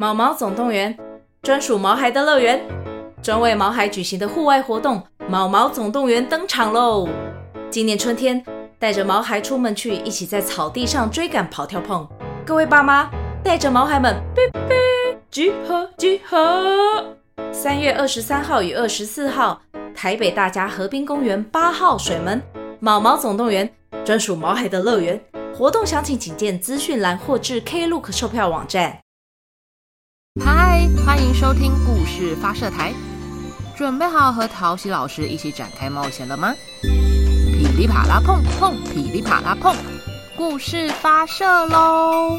毛毛总动员，专属毛孩的乐园，专为毛孩举行的户外活动毛毛总动员登场喽！今年春天，带着毛孩出门去，一起在草地上追赶跑跳碰。各位爸妈，带着毛孩们，集合集合！3月23号与24号，台北大家河滨公园8号水门毛毛总动员，专属毛孩的乐园。活动详情请见资讯栏或至 Klook 售票网站。 嗨，欢迎收听故事发射台，准备好和陶喜老师一起展开冒险了吗？噼里啪啦碰碰，噼里啪啦碰，故事发射喽！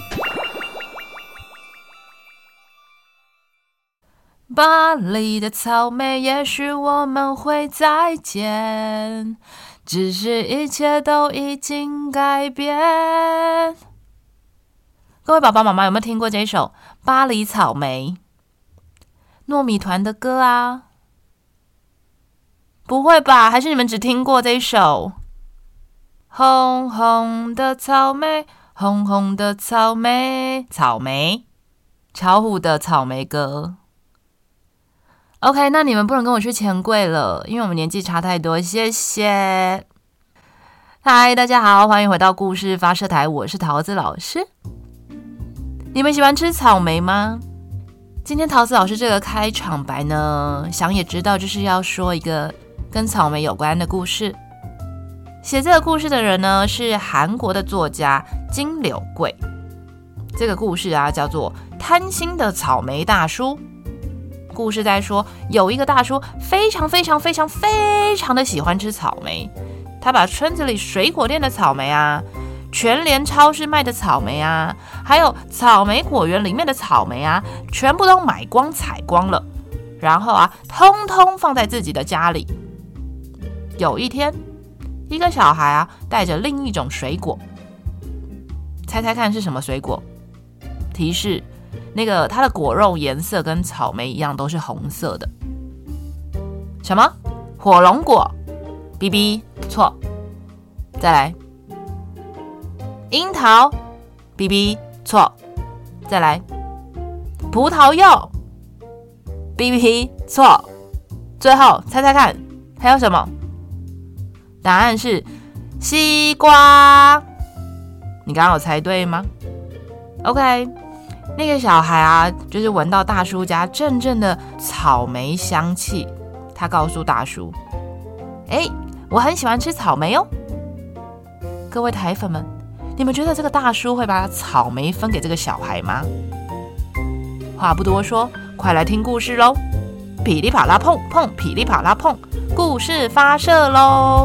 巴黎的草莓，也许我们会再见，只是一切都已经改变。各位爸爸妈妈有没有听过这首《巴黎草莓》？糯米团的歌啊？不会吧？还是你们只听过这一首？红红的草莓，红红的草莓，草莓，巧虎的草莓歌。OK， 那你们不能跟我去钱柜了，因为我们年纪差太多，谢谢。嗨，大家好，欢迎回到故事发射台，我是桃子老师。你们喜欢吃草莓吗？今天桃子老师这个开场白呢，想也知道就是要说一个跟草莓有关的故事。写这个故事的人呢，是韩国的作家金柳贵。这个故事啊，叫做《贪心的草莓大叔》。故事在说，有一个大叔非常的喜欢吃草莓，他把村子里水果店的草莓啊，全联超市卖的草莓啊，还有草莓果园里面的草莓啊，全部都买光采光了，然后啊，通通放在自己的家里。有一天，一个小孩啊，带着另一种水果，猜猜看是什么水果？提示：它的果肉颜色跟草莓一样，都是红色的。什么？火龙果？BB，错。再来。樱桃，BB，错。再来。葡萄柚，BB，错。最后猜猜看，还有什么？答案是西瓜。你刚刚有猜对吗？ OK， 那个小孩啊，就是闻到大叔家阵阵的草莓香气，他告诉大叔：我很喜欢吃草莓哦。各位台粉们，你们觉得这个大叔会把草莓分给这个小孩吗？话不多说，快来听故事咯！噼里啪啦碰碰，噼里啪啦碰，故事发射咯！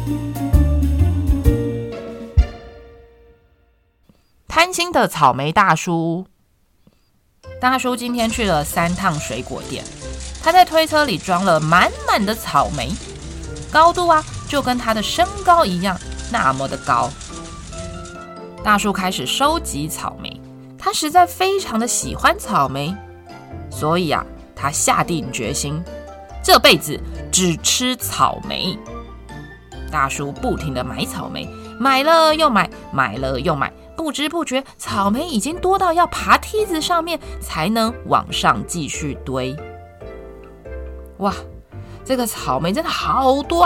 贪心的草莓大叔。大叔今天去了3趟水果店，他在推车里装了满满的草莓，高度啊就跟他的身高一样，那么的高。大叔开始收集草莓，他实在非常的喜欢草莓，所以啊，他下定决心，这辈子只吃草莓。大叔不停的买草莓，买了又买，买了又买，不知不觉草莓已经多到要爬梯子上面才能往上继续堆。哇，这个草莓真的好多。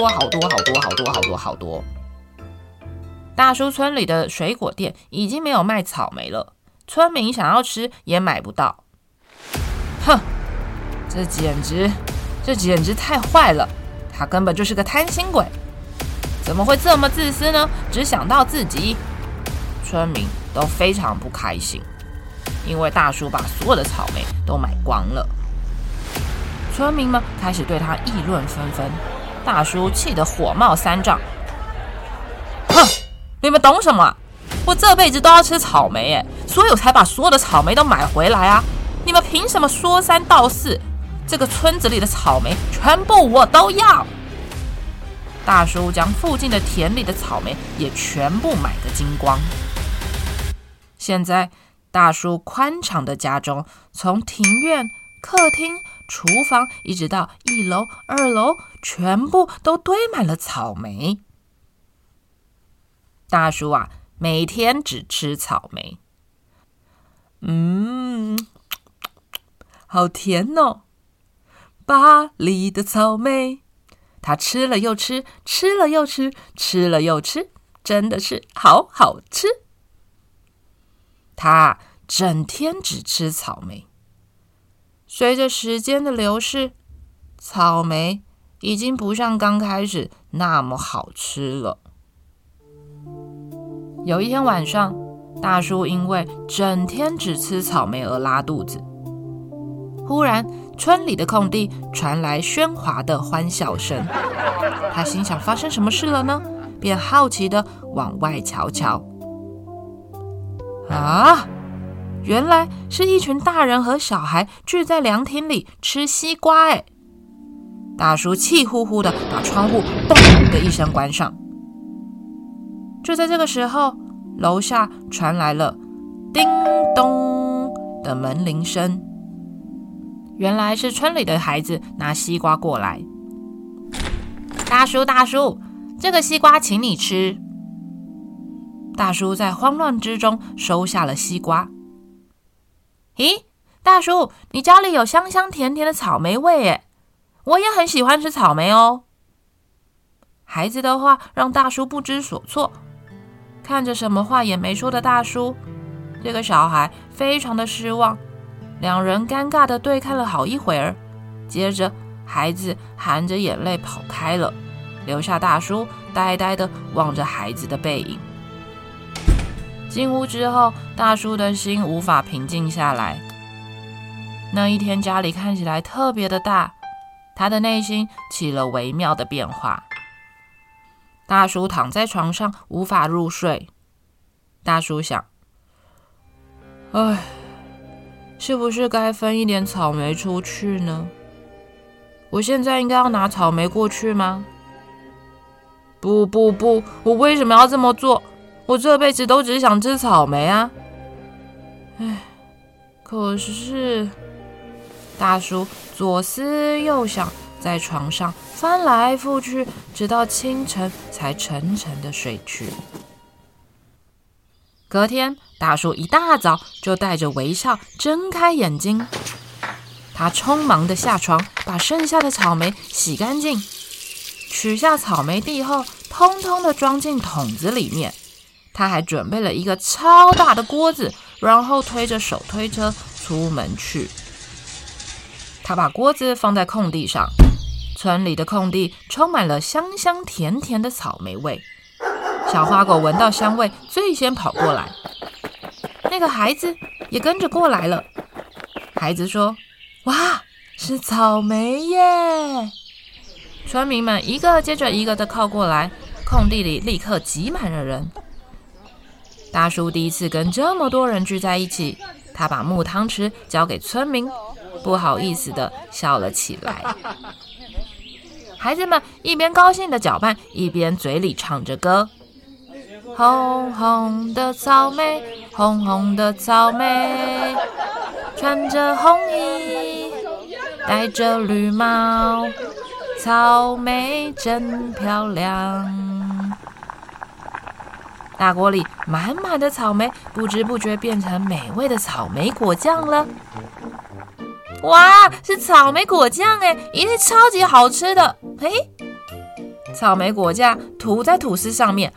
大叔村里的水果店已经没有卖草莓了，村民想要吃也买不到。哼，这简直太坏了，他根本就是个贪心鬼，怎么会这么自私呢？只想到自己。村民都非常不开心，因为大叔把所有的草莓都买光了。村民们开始对他议论纷纷，大叔气得火冒三丈。哼，你们懂什么？我这辈子都要吃草莓所以我才把所有的草莓都买回来啊！你们凭什么说三道四？这个村子里的草莓全部我都要！大叔将附近的田里的草莓也全部买个精光。现在大叔宽敞的家中，从庭院、客厅、厨房一直到1楼、2楼，全部都堆满了草莓。大叔啊，每天只吃草莓。 好甜哦！巴黎的草莓，它吃了又吃，吃了又吃，吃了又吃，真的是好好吃。它整天只吃草莓。随着时间的流逝，草莓已经不像刚开始那么好吃了。有一天晚上，大叔因为整天只吃草莓而拉肚子。忽然，村里的空地传来喧哗的欢笑声。他心想发生什么事了呢？便好奇地往外瞧瞧。啊！原来是一群大人和小孩聚在凉亭里吃西瓜哎！大叔气呼呼地把窗户嘣的一声关上。就在这个时候，楼下传来了叮咚的门铃声。原来是村里的孩子拿西瓜过来。大叔，大叔，这个西瓜请你吃。大叔在慌乱之中收下了西瓜。咦，大叔，你家里有香香甜甜的草莓味耶，我也很喜欢吃草莓哦。孩子的话让大叔不知所措，看着什么话也没说的大叔，这个小孩非常的失望。两人尴尬地对看了好一会儿，接着孩子含着眼泪跑开了，留下大叔呆呆地望着孩子的背影。进屋之后，大叔的心无法平静下来。那一天家里看起来特别的大，他的内心起了微妙的变化。大叔躺在床上无法入睡。大叔想，唉，是不是该分一点草莓出去呢？我现在应该要拿草莓过去吗？不，我为什么要这么做？我这辈子都只想吃草莓啊！唉，可是大叔左思右想，在床上翻来覆去，直到清晨才沉沉的睡去。隔天，大叔一大早就带着微笑睁开眼睛，他匆忙地下床，把剩下的草莓洗干净，取下草莓蒂后，通通地装进桶子里面。他还准备了一个超大的锅子，然后推着手推车出门去。他把锅子放在空地上，村里的空地充满了香香甜甜的草莓味。小花狗闻到香味，最先跑过来。那个孩子也跟着过来了。孩子说：“哇，是草莓耶！”村民们一个接着一个的靠过来，空地里立刻挤满了人。大叔第一次跟这么多人聚在一起，他把木汤匙交给村民，不好意思的笑了起来。孩子们一边高兴的搅拌，一边嘴里唱着歌。红红的草莓，红红的草莓，穿着红衣，戴着绿帽，草莓真漂亮。大锅里满满的草莓，不知不觉变成美味的草莓果酱了。哇，是草莓果酱耶，一定超级好吃的。嘿，草莓果酱涂在吐司上面，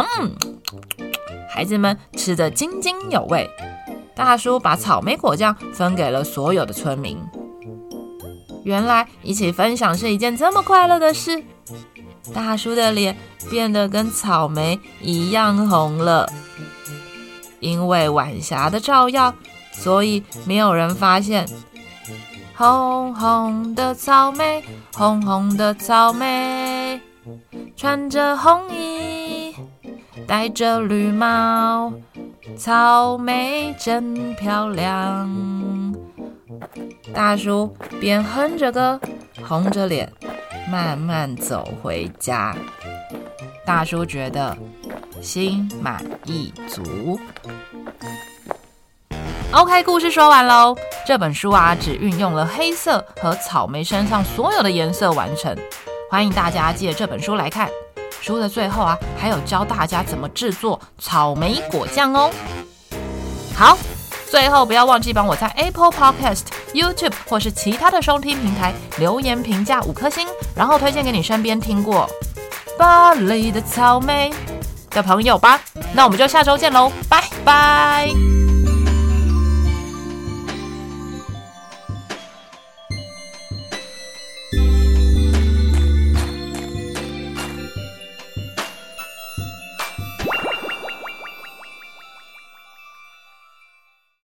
孩子们吃得津津有味。大叔把草莓果酱分给了所有的村民。原来一起分享是一件这么快乐的事。大叔的脸变得跟草莓一样红了。因为晚霞的照耀，所以没有人发现。红红的草莓，红红的草莓，穿着红衣，戴着绿帽，草莓真漂亮。大叔边哼着歌，红着脸，慢慢走回家。大叔觉得心满意足。OK， 故事说完喽。这本书啊，只运用了黑色和草莓身上所有的颜色完成。欢迎大家借这本书来看。书的最后啊，还有教大家怎么制作草莓果酱哦。好， 最后不要忘记帮我在 Apple Podcast、YouTube 或是其他的收听平台留言评价5颗星，然后推荐给你身边听过巴黎的草莓的朋友吧。那我们就下周见喽，拜拜。